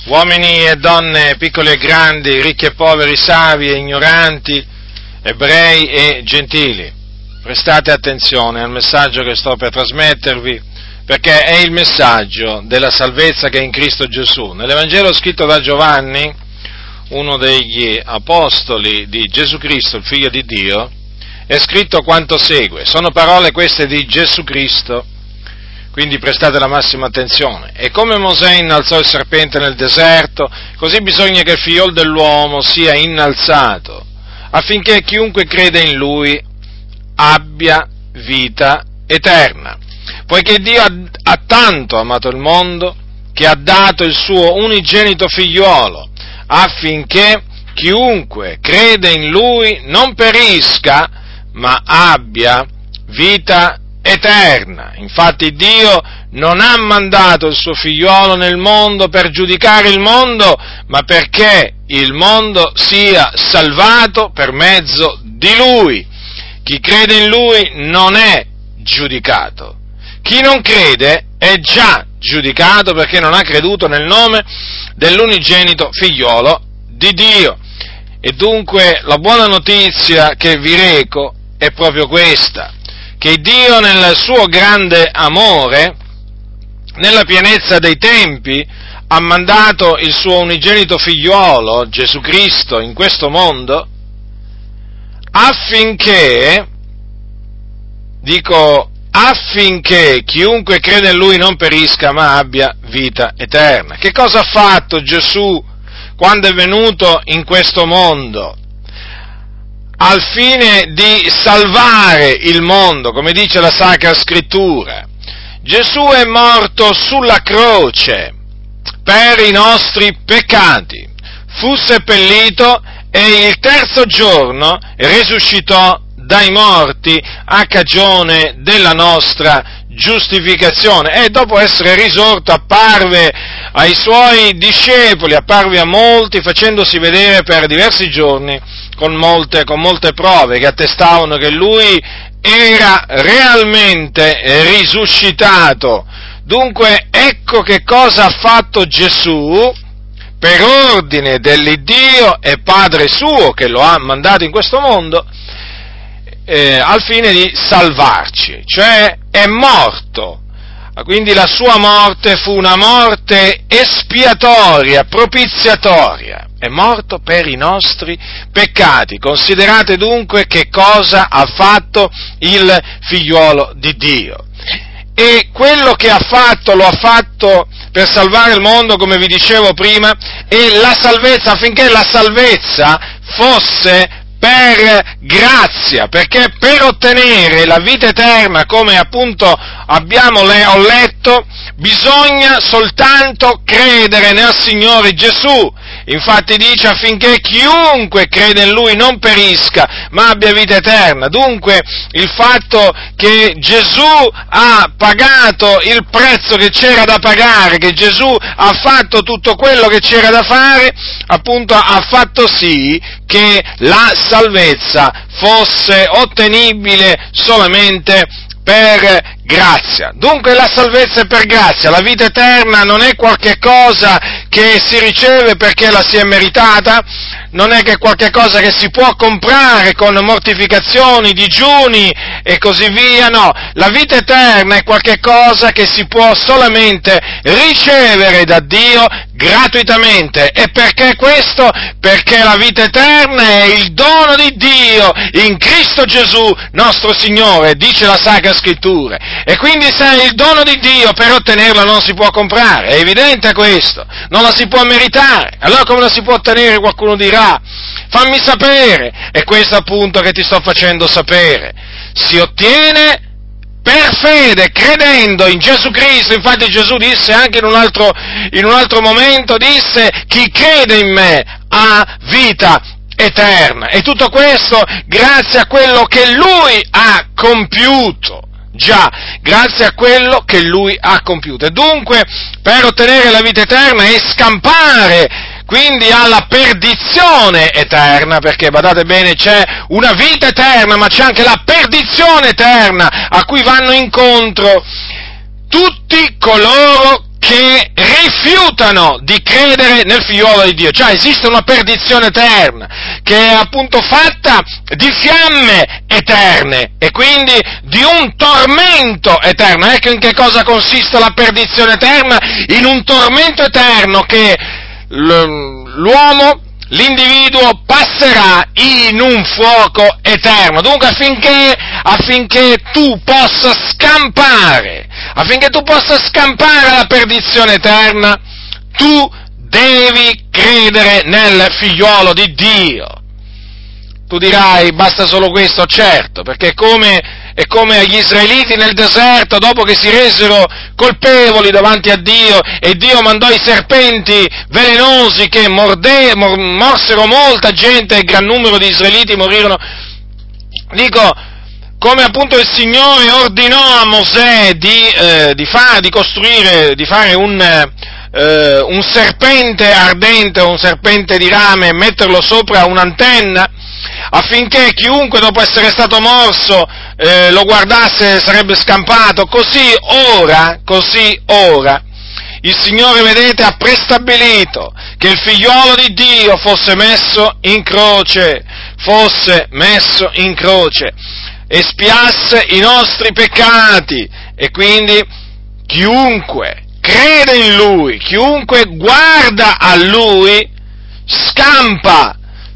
uomini e donne, piccoli e grandi, ricchi e poveri, savi e ignoranti, ebrei e gentili, prestate attenzione al messaggio che sto per trasmettervi, perché è il messaggio della salvezza che è in Cristo Gesù. Nell'Evangelo scritto da Giovanni, uno degli apostoli di Gesù Cristo, il Figlio di Dio, è scritto quanto segue. Sono parole queste di Gesù Cristo, quindi prestate la massima attenzione. E come Mosè innalzò il serpente nel deserto, così bisogna che il Figliol dell'uomo sia innalzato, affinché chiunque crede in Lui abbia vita eterna. Poiché Dio ha tanto amato il mondo, che ha dato il suo unigenito figliuolo, affinché chiunque crede in Lui non perisca, ma abbia vita eterna. Infatti Dio non ha mandato il suo figliuolo nel mondo per giudicare il mondo, ma perché il mondo sia salvato per mezzo di Lui. Chi crede in Lui non è giudicato. Chi non crede è già giudicato perché non ha creduto nel nome dell'unigenito figliolo di Dio. E dunque la buona notizia che vi reco è proprio questa, che Dio nel suo grande amore, nella pienezza dei tempi, ha mandato il suo unigenito figliuolo, Gesù Cristo, in questo mondo, affinché chiunque crede in Lui non perisca, ma abbia vita eterna. Che cosa ha fatto Gesù quando è venuto in questo mondo? Al fine di salvare il mondo, come dice la Sacra Scrittura. Gesù è morto sulla croce per i nostri peccati, fu seppellito e il terzo giorno risuscitò dai morti a cagione della nostra giustificazione, e dopo essere risorto apparve ai suoi discepoli, apparve a molti, facendosi vedere per diversi giorni con molte prove che attestavano che lui era realmente risuscitato. Dunque ecco che cosa ha fatto Gesù per ordine dell'Iddio e Padre suo, che lo ha mandato in questo mondo, al fine di salvarci, cioè è morto. Quindi la sua morte fu una morte espiatoria, propiziatoria, è morto per i nostri peccati. Considerate dunque che cosa ha fatto il figliuolo di Dio. E quello che ha fatto, lo ha fatto per salvare il mondo, come vi dicevo prima, e la salvezza, affinché la salvezza fosse per grazia, perché per ottenere la vita eterna, come appunto ho letto, bisogna soltanto credere nel Signore Gesù. Infatti dice affinché chiunque crede in Lui non perisca, ma abbia vita eterna. Dunque il fatto che Gesù ha pagato il prezzo che c'era da pagare, che Gesù ha fatto tutto quello che c'era da fare, appunto ha fatto sì che la salvezza fosse ottenibile solamente per grazia. Dunque la salvezza è per grazia, la vita eterna non è qualche cosa che si riceve perché la si è meritata, non è che qualche cosa che si può comprare con mortificazioni, digiuni e così via, no. La vita eterna è qualche cosa che si può solamente ricevere da Dio gratuitamente. E perché questo? Perché la vita eterna è il dono di Dio in Cristo Gesù, nostro Signore, dice la Sacra Scrittura. E quindi se è il dono di Dio, per ottenerla non si può comprare, è evidente questo, non la si può meritare. Allora come la si può ottenere? Qualcuno dirà, fammi sapere, è questo appunto che ti sto facendo sapere. Si ottiene per fede, credendo in Gesù Cristo. Infatti Gesù disse anche in un altro momento, disse, chi crede in me ha vita eterna. E tutto questo grazie a quello che Lui ha compiuto. Già, grazie a quello che Lui ha compiuto. E dunque, per ottenere la vita eterna e scampare quindi alla perdizione eterna, perché badate bene, c'è una vita eterna, ma c'è anche la perdizione eterna, a cui vanno incontro tutti coloro che rifiutano di credere nel figliuolo di Dio. Cioè esiste una perdizione eterna, che è appunto fatta di fiamme eterne e quindi di un tormento eterno. Ecco in che cosa consiste la perdizione eterna: in un tormento eterno che l'individuo passerà in un fuoco eterno. Dunque affinché tu possa scampare alla perdizione eterna, tu devi credere nel figliolo di Dio. Tu dirai, basta solo questo? Certo, perché è come agli israeliti nel deserto, dopo che si resero colpevoli davanti a Dio, e Dio mandò i serpenti velenosi che morsero molta gente, e gran numero di israeliti morirono. Dico, come appunto il Signore ordinò a Mosè di fare un serpente ardente, un serpente di rame, e metterlo sopra un'antenna, affinché chiunque dopo essere stato morso lo guardasse sarebbe scampato. Così ora il Signore, vedete, ha prestabilito che il figliolo di Dio fosse messo in croce, espiasse i nostri peccati, e quindi chiunque crede in Lui, chiunque guarda a Lui, scampa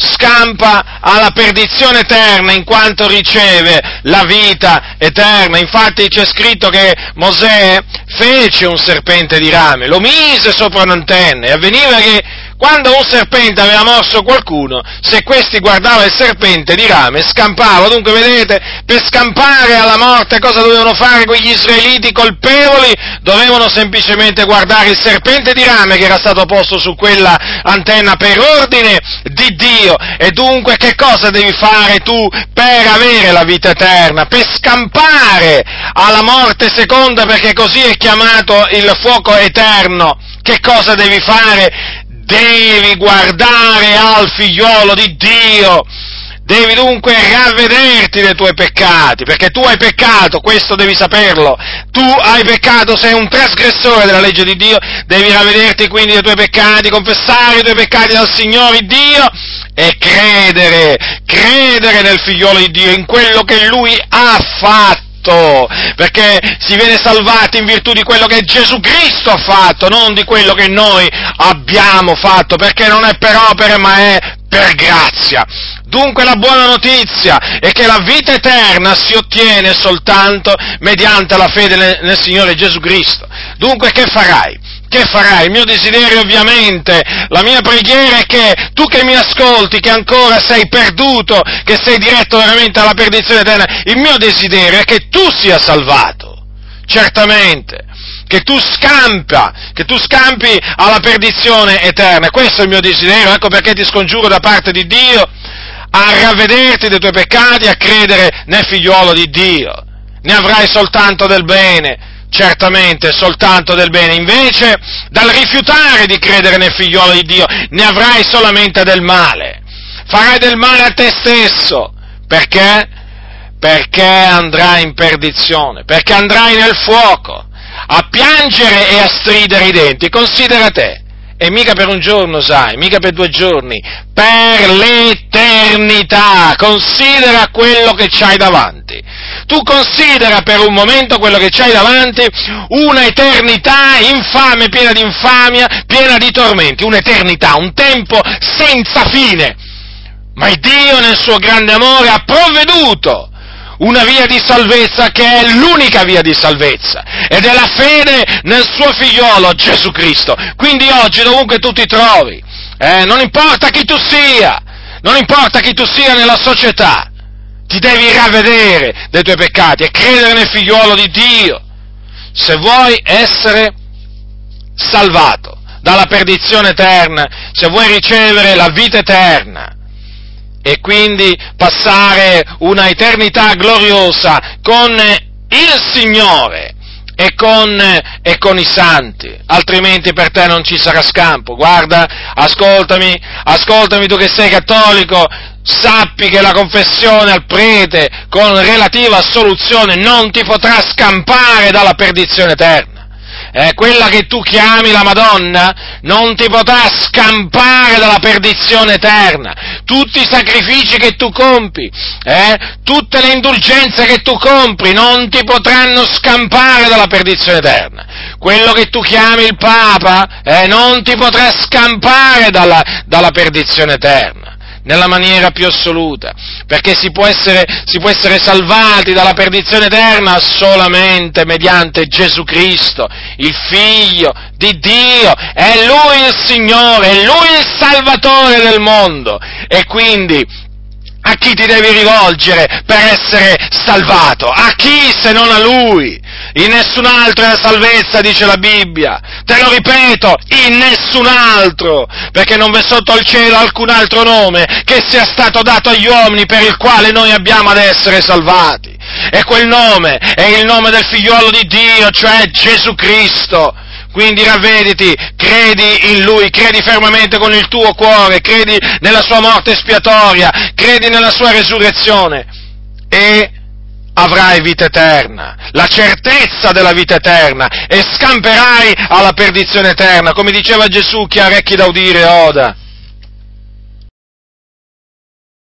alla perdizione eterna, in quanto riceve la vita eterna. Infatti c'è scritto che Mosè fece un serpente di rame, lo mise sopra un'antenna, e avveniva che quando un serpente aveva morso qualcuno, se questi guardava il serpente di rame, scampava. Dunque, vedete, per scampare alla morte cosa dovevano fare quegli israeliti colpevoli? Dovevano semplicemente guardare il serpente di rame che era stato posto su quella antenna per ordine di Dio. E dunque che cosa devi fare tu per avere la vita eterna? Per scampare alla morte seconda, perché così è chiamato il fuoco eterno. Che cosa devi fare? Devi guardare al figliolo di Dio, devi dunque ravvederti dei tuoi peccati, perché tu hai peccato, questo devi saperlo, tu hai peccato, sei un trasgressore della legge di Dio, devi ravvederti quindi dei tuoi peccati, confessare i tuoi peccati al Signore Dio e credere nel figliolo di Dio, in quello che Lui ha fatto. Perché si viene salvati in virtù di quello che Gesù Cristo ha fatto, non di quello che noi abbiamo fatto, perché non è per opere ma è per grazia. Dunque la buona notizia è che la vita eterna si ottiene soltanto mediante la fede nel Signore Gesù Cristo. Dunque che farai? Il mio desiderio, ovviamente, la mia preghiera è che tu che mi ascolti, che ancora sei perduto, che sei diretto veramente alla perdizione eterna, il mio desiderio è che tu sia salvato, certamente, che tu scampi alla perdizione eterna. Questo è il mio desiderio, ecco perché ti scongiuro da parte di Dio a ravvederti dei tuoi peccati, a credere nel figliuolo di Dio. Ne avrai soltanto del bene. Certamente, soltanto del bene. Invece, dal rifiutare di credere nel figliolo di Dio, ne avrai solamente del male. Farai del male a te stesso. Perché? Perché andrai in perdizione, perché andrai nel fuoco, a piangere e a stridere i denti. Considera te. E mica per un giorno, sai, mica per 2 giorni, per l'eternità. Considera quello che c'hai davanti. Tu considera per un momento quello che c'hai davanti, una eternità infame, piena di infamia, piena di tormenti, un'eternità, un tempo senza fine. Ma il Dio nel suo grande amore ha provveduto una via di salvezza che è l'unica via di salvezza, ed è la fede nel suo figliolo Gesù Cristo. Quindi oggi, dovunque tu ti trovi, non importa chi tu sia nella società, ti devi ravvedere dei tuoi peccati e credere nel figliolo di Dio, se vuoi essere salvato dalla perdizione eterna, se vuoi ricevere la vita eterna, e quindi passare una eternità gloriosa con il Signore e con i santi, altrimenti per te non ci sarà scampo. Guarda, ascoltami tu che sei cattolico, sappi che la confessione al prete con relativa assoluzione non ti potrà scampare dalla perdizione eterna. quella che tu chiami la Madonna, non ti potrà scampare dalla perdizione eterna. Tutti i sacrifici che tu compi, tutte le indulgenze che tu compri, non ti potranno scampare dalla perdizione eterna. Quello che tu chiami il Papa, non ti potrà scampare dalla perdizione eterna, nella maniera più assoluta, perché si può essere salvati dalla perdizione eterna solamente mediante Gesù Cristo, il Figlio di Dio. È Lui il Signore, è Lui il Salvatore del mondo, e quindi a chi ti devi rivolgere per essere salvato? A chi se non a Lui? In nessun altro è la salvezza, dice la Bibbia. Te lo ripeto, in nessun altro, perché non v'è sotto il cielo alcun altro nome che sia stato dato agli uomini per il quale noi abbiamo ad essere salvati. E quel nome è il nome del Figliuolo di Dio, cioè Gesù Cristo. Quindi ravvediti, credi in Lui, credi fermamente con il tuo cuore, credi nella sua morte espiatoria, credi nella sua resurrezione e avrai vita eterna, la certezza della vita eterna, e scamperai alla perdizione eterna. Come diceva Gesù, chi ha orecchi da udire oda.